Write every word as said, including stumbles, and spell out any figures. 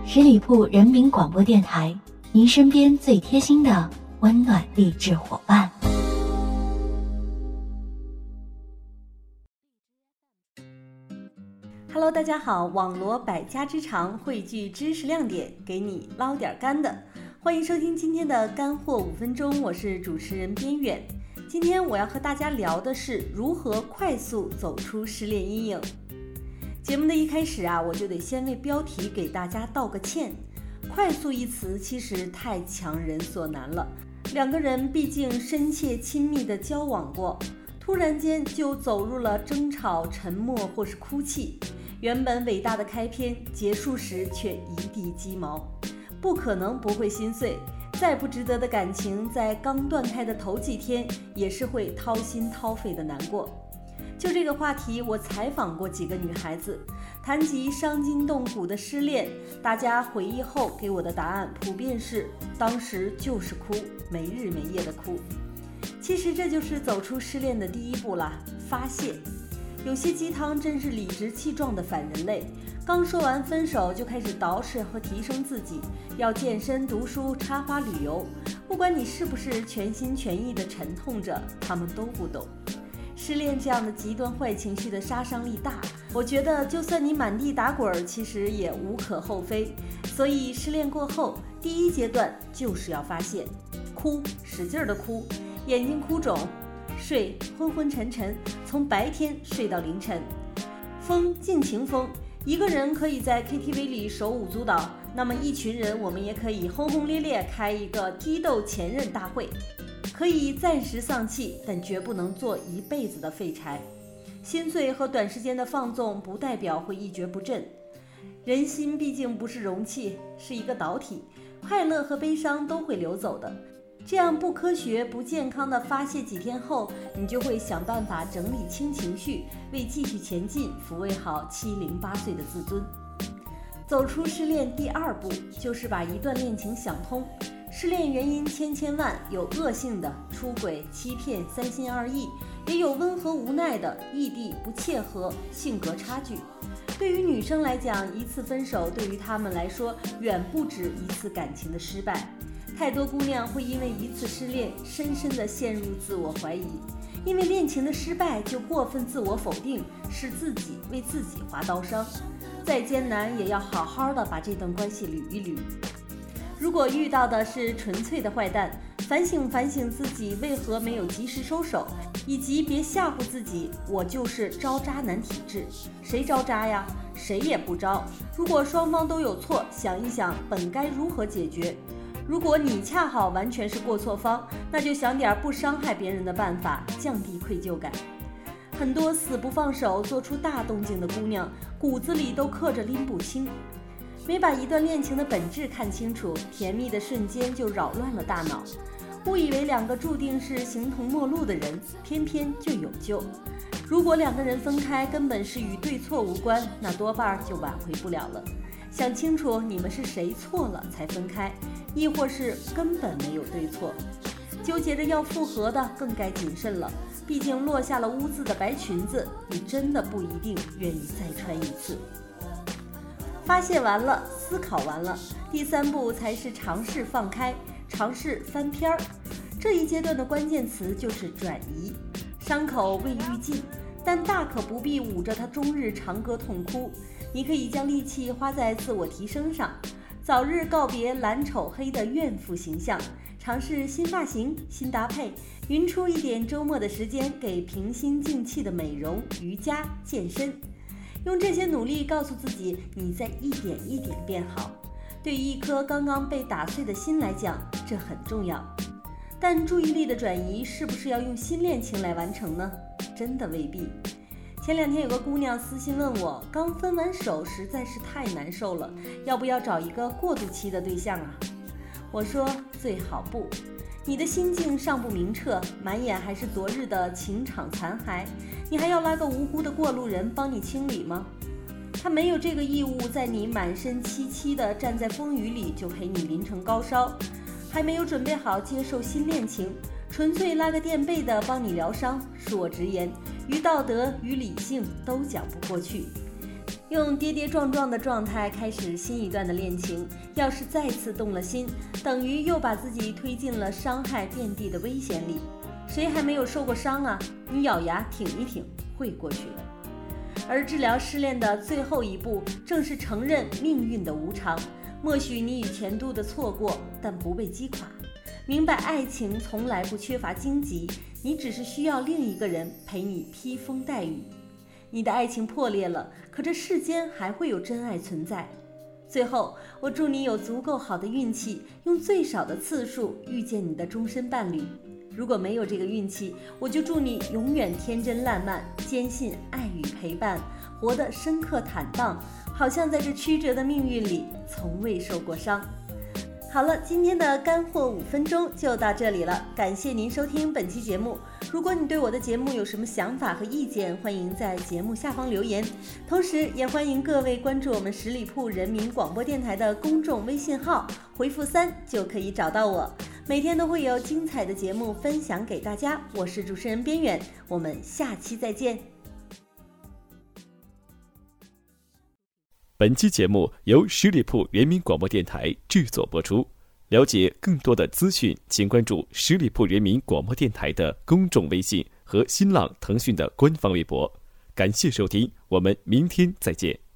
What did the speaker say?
十里铺人民广播电台，您身边最贴心的温暖励志伙伴。 Hello， 大家好，网罗百家之长，汇聚知识亮点，给你捞点干的。欢迎收听今天的干货五分钟，我是主持人边远。今天我要和大家聊的是如何快速走出失恋阴影。节目的一开始啊，我就得先为标题给大家道个歉。快速一词其实太强人所难了，两个人毕竟深切亲密的交往过，突然间就走入了争吵、沉默或是哭泣，原本伟大的开篇，结束时却一地鸡毛，不可能不会心碎。再不值得的感情，在刚断开的头几天，也是会掏心掏肺的难过。就这个话题，我采访过几个女孩子，谈及伤筋动骨的失恋，大家回忆后给我的答案普遍是，当时就是哭，没日没夜的哭。其实这就是走出失恋的第一步啦，发泄。有些鸡汤真是理直气壮的反人类，刚说完分手就开始捯饬和提升自己，要健身、读书、插花、旅游，不管你是不是全心全意的沉痛着，他们都不懂。失恋这样的极端坏情绪的杀伤力大，我觉得就算你满地打滚，其实也无可厚非。所以失恋过后，第一阶段就是要发泄，哭，使劲的哭，眼睛哭肿，睡昏昏沉沉，从白天睡到凌晨，疯尽情疯。一个人可以在 K T V 里手舞足蹈，那么一群人我们也可以轰轰烈烈开一个踢斗前任大会。可以暂时丧气，但绝不能做一辈子的废柴。心碎和短时间的放纵不代表会一蹶不振，人心毕竟不是容器，是一个导体，快乐和悲伤都会流走的。这样不科学不健康的发泄几天后，你就会想办法整理清情绪，为继续前进抚慰好七零八碎的自尊。走出失恋第二步就是把一段恋情想通。失恋原因千千万，有恶性的出轨、欺骗、三心二意，也有温和无奈的异地不切合、性格差距。对于女生来讲，一次分手对于她们来说远不止一次感情的失败。太多姑娘会因为一次失恋深深地陷入自我怀疑，因为恋情的失败就过分自我否定，使自己为自己划刀伤。再艰难也要好好的把这段关系捋一捋。如果遇到的是纯粹的坏蛋，反省反省自己为何没有及时收手，以及别吓唬自己，我就是招渣男体质。谁招渣呀？谁也不招。如果双方都有错，想一想本该如何解决。如果你恰好完全是过错方，那就想点不伤害别人的办法，降低愧疚感。很多死不放手做出大动静的姑娘，骨子里都刻着拎不清。没把一段恋情的本质看清楚，甜蜜的瞬间就扰乱了大脑，误以为两个注定是形同陌路的人，偏偏就有救。如果两个人分开根本是与对错无关，那多半就挽回不了了。想清楚你们是谁错了才分开，亦或是根本没有对错。纠结着要复合的更该谨慎了，毕竟落下了污渍的白裙子，你真的不一定愿意再穿一次。发泄完了，思考完了，第三步才是尝试放开，尝试翻篇儿。这一阶段的关键词就是转移。伤口未愈尽，但大可不必捂着它终日长歌痛哭。你可以将力气花在自我提升上，早日告别蓝丑黑的怨妇形象，尝试新发型、新搭配，匀出一点周末的时间给平心静气的美容、瑜伽、健身。用这些努力告诉自己，你在一点一点变好。对于一颗刚刚被打碎的心来讲，这很重要。但注意力的转移是不是要用新恋情来完成呢？真的未必。前两天有个姑娘私信问我，刚分完手实在是太难受了，要不要找一个过渡期的对象啊？我说最好不。你的心境尚不明澈，满眼还是昨日的情场残骸，你还要拉个无辜的过路人帮你清理吗？他没有这个义务在你满身凄凄的站在风雨里就陪你淋成高烧，还没有准备好接受新恋情，纯粹拉个垫背的帮你疗伤。恕我直言，于道德与理性都讲不过去。 用跌跌撞撞的状态开始新一段的恋情，要是再次动了心，等于又把自己推进了伤害遍地的危险里。谁还没有受过伤啊？你咬牙挺一挺，会过去的。而治疗失恋的最后一步，正是承认命运的无常。默许你与前度的错过，但不被击垮。明白爱情从来不缺乏荆棘，你只是需要另一个人陪你披风戴雨。你的爱情破裂了，可这世间还会有真爱存在。最后，我祝你有足够好的运气，用最少的次数遇见你的终身伴侣。如果没有这个运气，我就祝你永远天真烂漫，坚信爱与陪伴，活得深刻坦荡，好像在这曲折的命运里从未受过伤。好了，今天的干货五分钟就到这里了，感谢您收听本期节目。如果你对我的节目有什么想法和意见，欢迎在节目下方留言，同时也欢迎各位关注我们十里铺人民广播电台的公众微信号，回复三就可以找到我。每天都会有精彩的节目分享给大家，我是主持人边远，我们下期再见。 本期节目由十里铺人民广播电台制作播出。了解更多的资讯，请关注十里铺人民广播电台的公众微信和新浪、腾讯的官方微博。感谢收听，我们明天再见。